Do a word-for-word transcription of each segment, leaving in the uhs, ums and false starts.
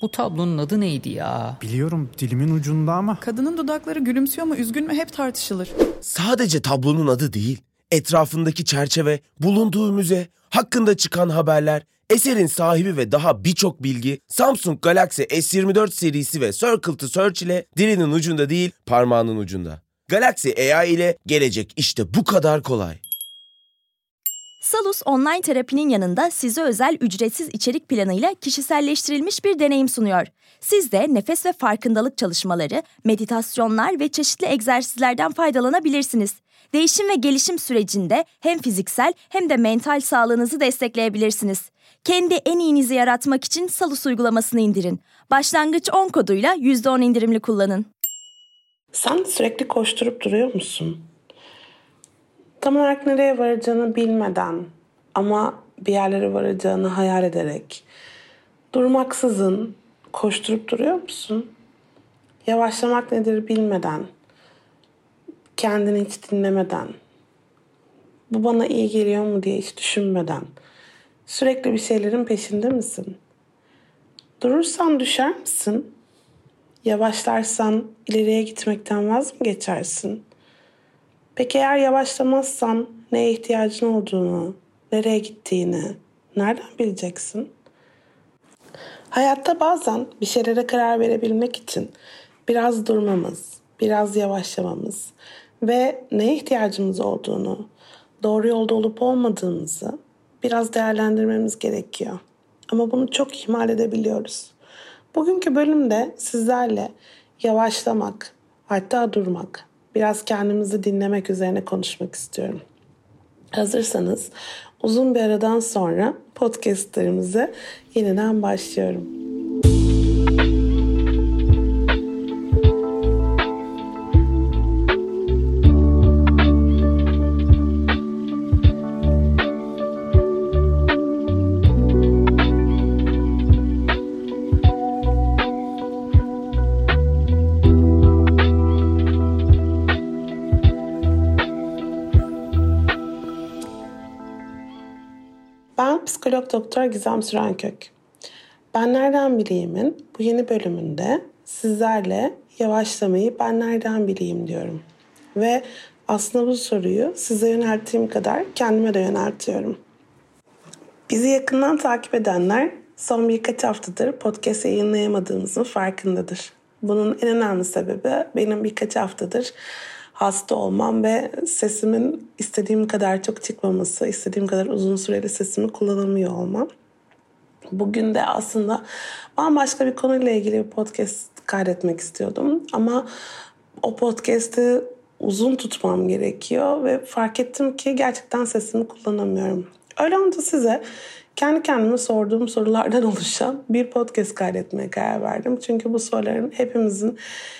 Bu tablonun adı neydi ya? Biliyorum, dilimin ucunda ama. Kadının dudakları gülümsüyor mu, üzgün mü hep tartışılır. Sadece tablonun adı değil, etrafındaki çerçeve, bulunduğu müze, hakkında çıkan haberler, eserin sahibi ve daha birçok bilgi Samsung Galaxy S yirmi dört serisi ve Circle to Search ile dilinin ucunda değil, parmağının ucunda. Galaxy A I ile gelecek işte bu kadar kolay. Salus online terapinin yanında size özel ücretsiz içerik planıyla kişiselleştirilmiş bir deneyim sunuyor. Siz de nefes ve farkındalık çalışmaları, meditasyonlar ve çeşitli egzersizlerden faydalanabilirsiniz. Değişim ve gelişim sürecinde hem fiziksel hem de mental sağlığınızı destekleyebilirsiniz. Kendi en iyinizi yaratmak için Salus uygulamasını indirin. Başlangıç on koduyla yüzde on indirimli kullanın. Sen sürekli koşturup duruyor musun? Tam olarak nereye varacağını bilmeden ama bir yerlere varacağını hayal ederek durmaksızın koşturup duruyor musun? Yavaşlamak nedir bilmeden, kendini hiç dinlemeden, bu bana iyi geliyor mu diye hiç düşünmeden sürekli bir şeylerin peşinde misin? Durursan düşer misin? Yavaşlarsan ileriye gitmekten vaz mı geçersin? Peki eğer yavaşlamazsan neye ihtiyacın olduğunu, nereye gittiğini nereden bileceksin? Hayatta bazen bir şeylere karar verebilmek için biraz durmamız, biraz yavaşlamamız ve neye ihtiyacımız olduğunu, doğru yolda olup olmadığımızı biraz değerlendirmemiz gerekiyor. Ama bunu çok ihmal edebiliyoruz. Bugünkü bölümde sizlerle yavaşlamak, hatta durmak, biraz kendimizi dinlemek üzerine konuşmak istiyorum. Hazırsanız uzun bir aradan sonra podcastlarımıza yeniden başlıyorum. Ben psikolog doktor Gizem Sürenkök. Ben Nereden Bileyim'in bu yeni bölümünde sizlerle yavaşlamayı ben nereden bileyim diyorum. Ve aslında bu soruyu size yönelttiğim kadar kendime de yöneltiyorum. Bizi yakından takip edenler son birkaç haftadır podcast yayınlayamadığımızın farkındadır. Bunun en önemli sebebi benim birkaç haftadır hasta olmam ve sesimin istediğim kadar çok çıkmaması, istediğim kadar uzun süreli sesimi kullanamıyor olmam. Bugün de aslında bambaşka bir konuyla ilgili bir podcast kaydetmek istiyordum. Ama o podcast'i uzun tutmam gerekiyor ve fark ettim ki gerçekten sesimi kullanamıyorum. Öyle olunca size kendi kendime sorduğum sorulardan oluşan bir podcast kaydetmeye karar verdim. Çünkü bu soruların hepimizin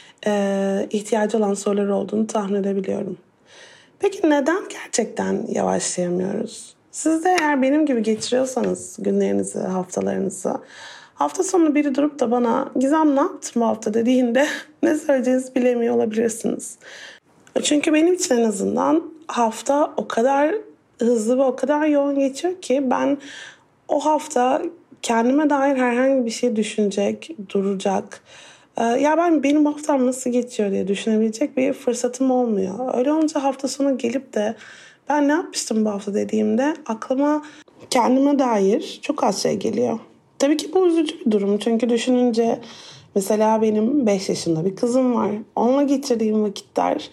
e, ihtiyacı olan sorular olduğunu tahmin edebiliyorum. Peki neden gerçekten yavaşlayamıyoruz? Siz de eğer benim gibi geçiriyorsanız günlerinizi, haftalarınızı, hafta sonu biri durup da bana Gizem ne yaptın bu hafta dediğinde ne söyleyeceğinizi bilemiyor olabilirsiniz. Çünkü benim için en azından hafta o kadar hızlı ve o kadar yoğun geçiyor ki ben o hafta kendime dair herhangi bir şey düşünecek, duracak, ya ben benim haftam nasıl geçiyor diye düşünebilecek bir fırsatım olmuyor. Öyle olunca hafta sonu gelip de ben ne yapmıştım bu hafta dediğimde aklıma kendime dair çok az şey geliyor. Tabii ki bu üzücü bir durum. Çünkü düşününce mesela benim beş yaşında bir kızım var. Onunla geçirdiğim vakitler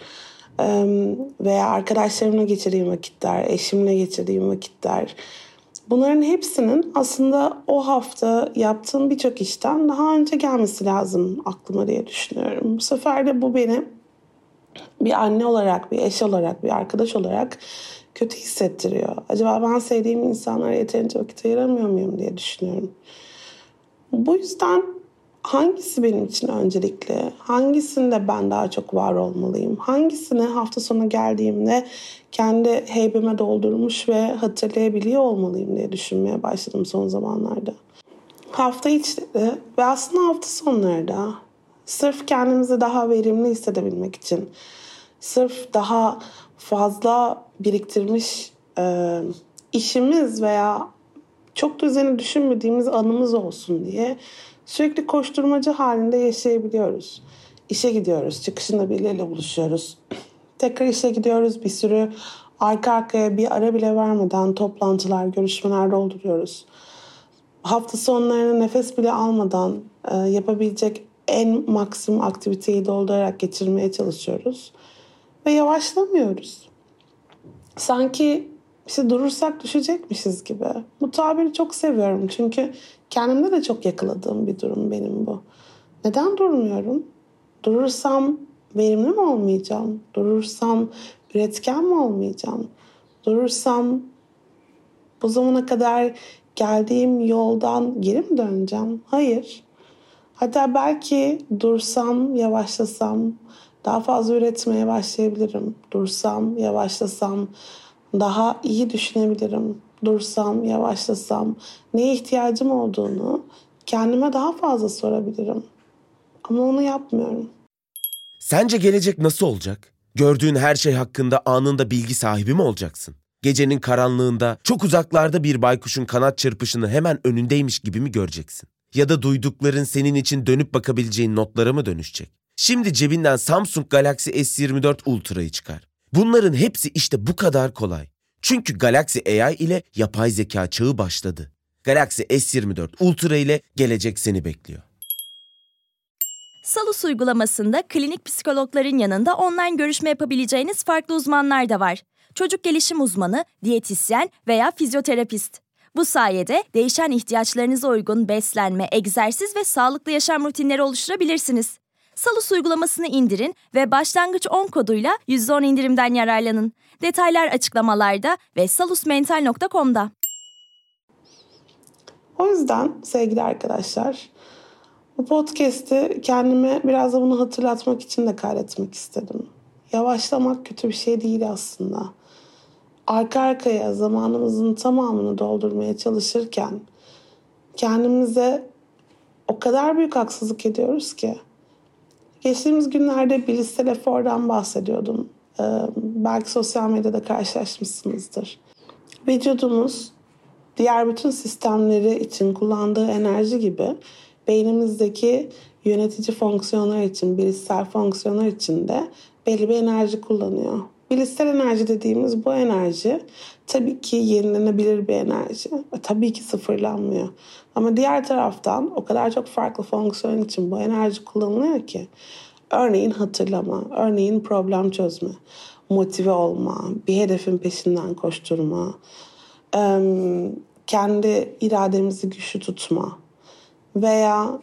veya arkadaşlarımla geçirdiğim vakitler, eşimle geçirdiğim vakitler, bunların hepsinin aslında o hafta yaptığım birçok işten daha önce gelmesi lazım aklıma diye düşünüyorum. Bu sefer de bu beni bir anne olarak, bir eş olarak, bir arkadaş olarak kötü hissettiriyor. Acaba ben sevdiğim insanlara yeterince vakit ayıramıyor muyum diye düşünüyorum. Bu yüzden hangisi benim için öncelikli? Hangisinde ben daha çok var olmalıyım? Hangisini hafta sonu geldiğimde kendi heybeme doldurmuş ve hatırlayabiliyor olmalıyım diye düşünmeye başladım son zamanlarda. Hafta içleri ve aslında hafta sonları da sırf kendimizi daha verimli hissedebilmek için, sırf daha fazla biriktirmiş e, işimiz veya çok da üzerine düşünmediğimiz anımız olsun diye Sürekli koşturmacı halinde yaşayabiliyoruz. İşe gidiyoruz, çıkışında birileriyle buluşuyoruz. Tekrar işe gidiyoruz, bir sürü arka arkaya bir ara bile vermeden toplantılar, görüşmeler dolduruyoruz. Hafta sonlarını nefes bile almadan e, yapabilecek en maksimum aktiviteyi doldurarak geçirmeye çalışıyoruz. Ve yavaşlamıyoruz. Sanki işte durursak düşecekmişiz gibi. Bu tabiri çok seviyorum çünkü kendimde de çok yakaladığım bir durum benim bu. Neden durmuyorum? Durursam verimli mi olmayacağım? Durursam üretken mi olmayacağım? Durursam bu zamana kadar geldiğim yoldan geri mi döneceğim? Hayır. Hatta belki dursam, yavaşlasam daha fazla üretmeye başlayabilirim. Dursam, yavaşlasam daha iyi düşünebilirim. Dursam, yavaşlasam neye ihtiyacım olduğunu kendime daha fazla sorabilirim. Ama onu yapmıyorum. Sence gelecek nasıl olacak? Gördüğün her şey hakkında anında bilgi sahibi mi olacaksın? Gecenin karanlığında çok uzaklarda bir baykuşun kanat çırpışını hemen önündeymiş gibi mi göreceksin? Ya da duydukların senin için dönüp bakabileceğin notlara mı dönüşecek? Şimdi cebinden Samsung Galaxy S yirmi dört Ultra'yı çıkar. Bunların hepsi işte bu kadar kolay. Çünkü Galaxy A I ile yapay zeka çağı başladı. Galaxy S yirmi dört Ultra ile gelecek seni bekliyor. Salus uygulamasında klinik psikologların yanında online görüşme yapabileceğiniz farklı uzmanlar da var. Çocuk gelişim uzmanı, diyetisyen veya fizyoterapist. Bu sayede değişen ihtiyaçlarınıza uygun beslenme, egzersiz ve sağlıklı yaşam rutinleri oluşturabilirsiniz. Salus uygulamasını indirin ve başlangıç on koduyla yüzde on indirimden yararlanın. Detaylar açıklamalarda ve salusmental nokta com'da. O yüzden sevgili arkadaşlar, bu podcast'i kendime biraz da bunu hatırlatmak için de kaydetmek istedim. Yavaşlamak kötü bir şey değil aslında. Arka arkaya zamanımızın tamamını doldurmaya çalışırken kendimize o kadar büyük haksızlık ediyoruz ki. Geçtiğimiz günlerde bilişsel efordan bahsediyordum. Ee, belki sosyal medyada karşılaşmışsınızdır. Vücudumuz diğer bütün sistemleri için kullandığı enerji gibi beynimizdeki yönetici fonksiyonlar için, bilişsel fonksiyonlar için de belli bir enerji kullanıyor. Bilişsel enerji dediğimiz bu enerji tabii ki yenilenebilir bir enerji. Ve tabii ki sıfırlanmıyor. Ama diğer taraftan o kadar çok farklı fonksiyon için bu enerji kullanılıyor ki. Örneğin hatırlama, örneğin problem çözme, motive olma, bir hedefin peşinden koşturma, kendi irademizi güçlü tutma veya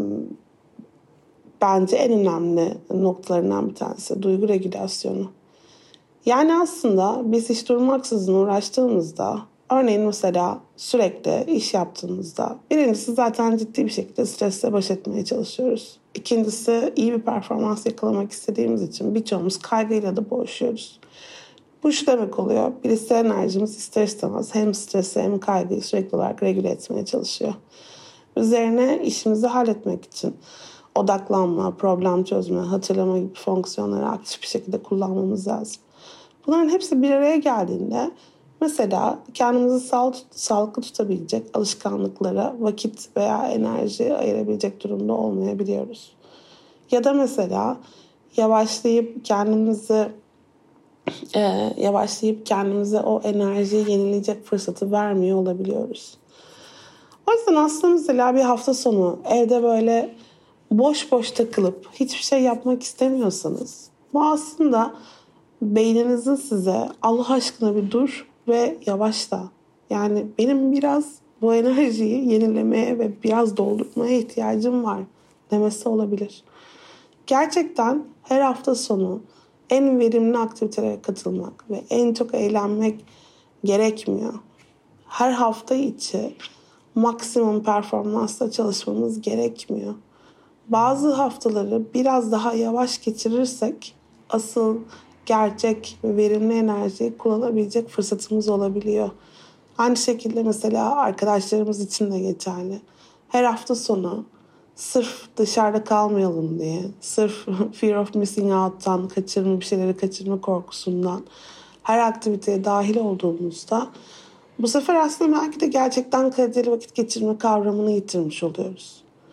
bence en önemli noktalarından bir tanesi duygu regülasyonu. Yani aslında biz hiç durmaksızın uğraştığımızda, örneğin mesela sürekli iş yaptığımızda, birincisi zaten ciddi bir şekilde stresle baş etmeye çalışıyoruz. İkincisi iyi bir performans yakalamak istediğimiz için birçoğumuz kaygıyla da boğuşuyoruz. Bu şu demek oluyor, bilişsel enerjimiz ister istemez hem stresi hem kaygıyı sürekli olarak regüle etmeye çalışıyor. Üzerine işimizi halletmek için odaklanma, problem çözme, hatırlama gibi fonksiyonları aktif bir şekilde kullanmamız lazım. Bunların hepsi bir araya geldiğinde mesela kendimizi sağ, sağlıklı tutabilecek alışkanlıklara vakit veya enerji ayırabilecek durumda olmayabiliyoruz. Ya da mesela yavaşlayıp kendimizi e, yavaşlayıp kendimize o enerjiyi yenileyecek fırsatı vermiyor olabiliyoruz. O yüzden aslında mesela bir hafta sonu evde böyle boş boş takılıp hiçbir şey yapmak istemiyorsanız bu aslında beyninizin size Allah aşkına bir dur ve yavaşla. Yani benim biraz bu enerjiyi yenilemeye ve biraz doldurmaya ihtiyacım var demesi olabilir. Gerçekten her hafta sonu en verimli aktivitelere katılmak ve en çok eğlenmek gerekmiyor. Her hafta içi maksimum performansla çalışmamız gerekmiyor. Bazı haftaları biraz daha yavaş geçirirsek asıl gerçek ve verimli enerjiyi kullanabilecek fırsatımız olabiliyor. Aynı şekilde mesela arkadaşlarımız için de geçerli. Her hafta sonu sırf dışarıda kalmayalım diye, sırf fear of missing out'tan, kaçırma bir şeyleri kaçırma korkusundan her aktiviteye dahil olduğumuzda bu sefer aslında belki de gerçekten kaliteli vakit geçirme kavramını yitirmiş oluyoruz.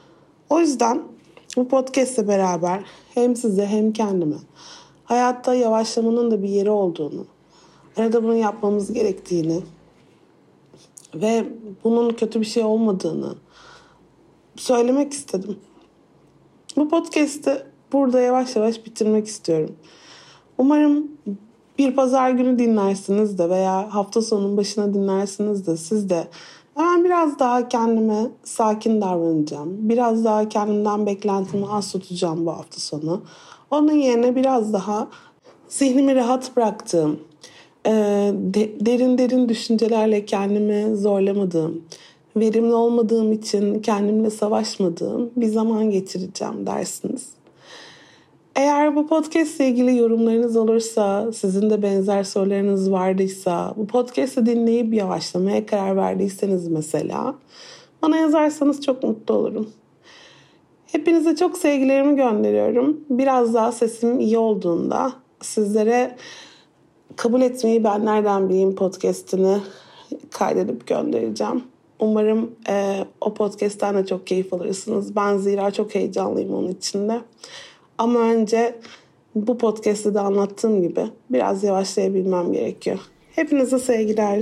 O yüzden bu podcast'le beraber hem size hem kendime hayatta yavaşlamanın da bir yeri olduğunu, arada bunu yapmamız gerektiğini ve bunun kötü bir şey olmadığını söylemek istedim. Bu podcast'ı burada yavaş yavaş bitirmek istiyorum. Umarım bir pazar günü dinlersiniz de veya hafta sonunun başına dinlersiniz de siz de ben biraz daha kendime sakin davranacağım. Biraz daha kendimden beklentimi az tutacağım bu hafta sonu. Onun yerine biraz daha zihnimi rahat bıraktığım, derin derin düşüncelerle kendimi zorlamadığım, verimli olmadığım için kendimle savaşmadığım bir zaman geçireceğim dersiniz. Eğer bu podcast ile ilgili yorumlarınız olursa, sizin de benzer sorularınız vardıysa, bu podcast'ı dinleyip yavaşlamaya karar verdiyseniz mesela, bana yazarsanız çok mutlu olurum. Hepinize çok sevgilerimi gönderiyorum. Biraz daha sesim iyi olduğunda sizlere kabul etmeyi ben nereden bileyim podcast'ını kaydedip göndereceğim. Umarım e, o podcast'ten de çok keyif alırsınız. Ben zira çok heyecanlıyım onun içinde. Ama önce bu podcast'te de anlattığım gibi biraz yavaşlayabilmem gerekiyor. Hepinize sevgiler.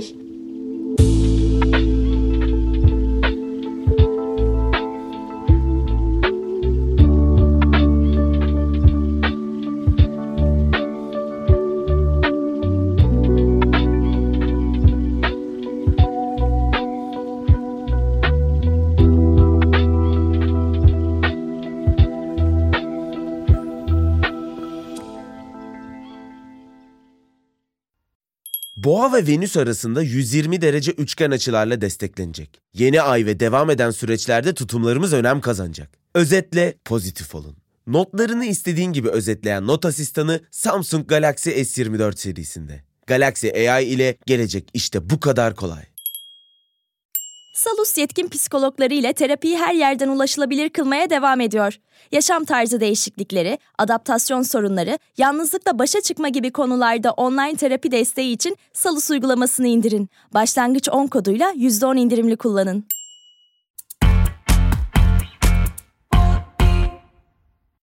Boğa ve Venüs arasında yüz yirmi derece üçgen açılarla desteklenecek. Yeni ay ve devam eden süreçlerde tutumlarımız önem kazanacak. Özetle pozitif olun. Notlarını istediğin gibi özetleyen not asistanı Samsung Galaxy S yirmi dört serisinde. Galaxy A I ile gelecek işte bu kadar kolay. Salus yetkin psikologları ile terapiyi her yerden ulaşılabilir kılmaya devam ediyor. Yaşam tarzı değişiklikleri, adaptasyon sorunları, yalnızlıkla başa çıkma gibi konularda online terapi desteği için Salus uygulamasını indirin. Başlangıç on koduyla yüzde on indirimli kullanın.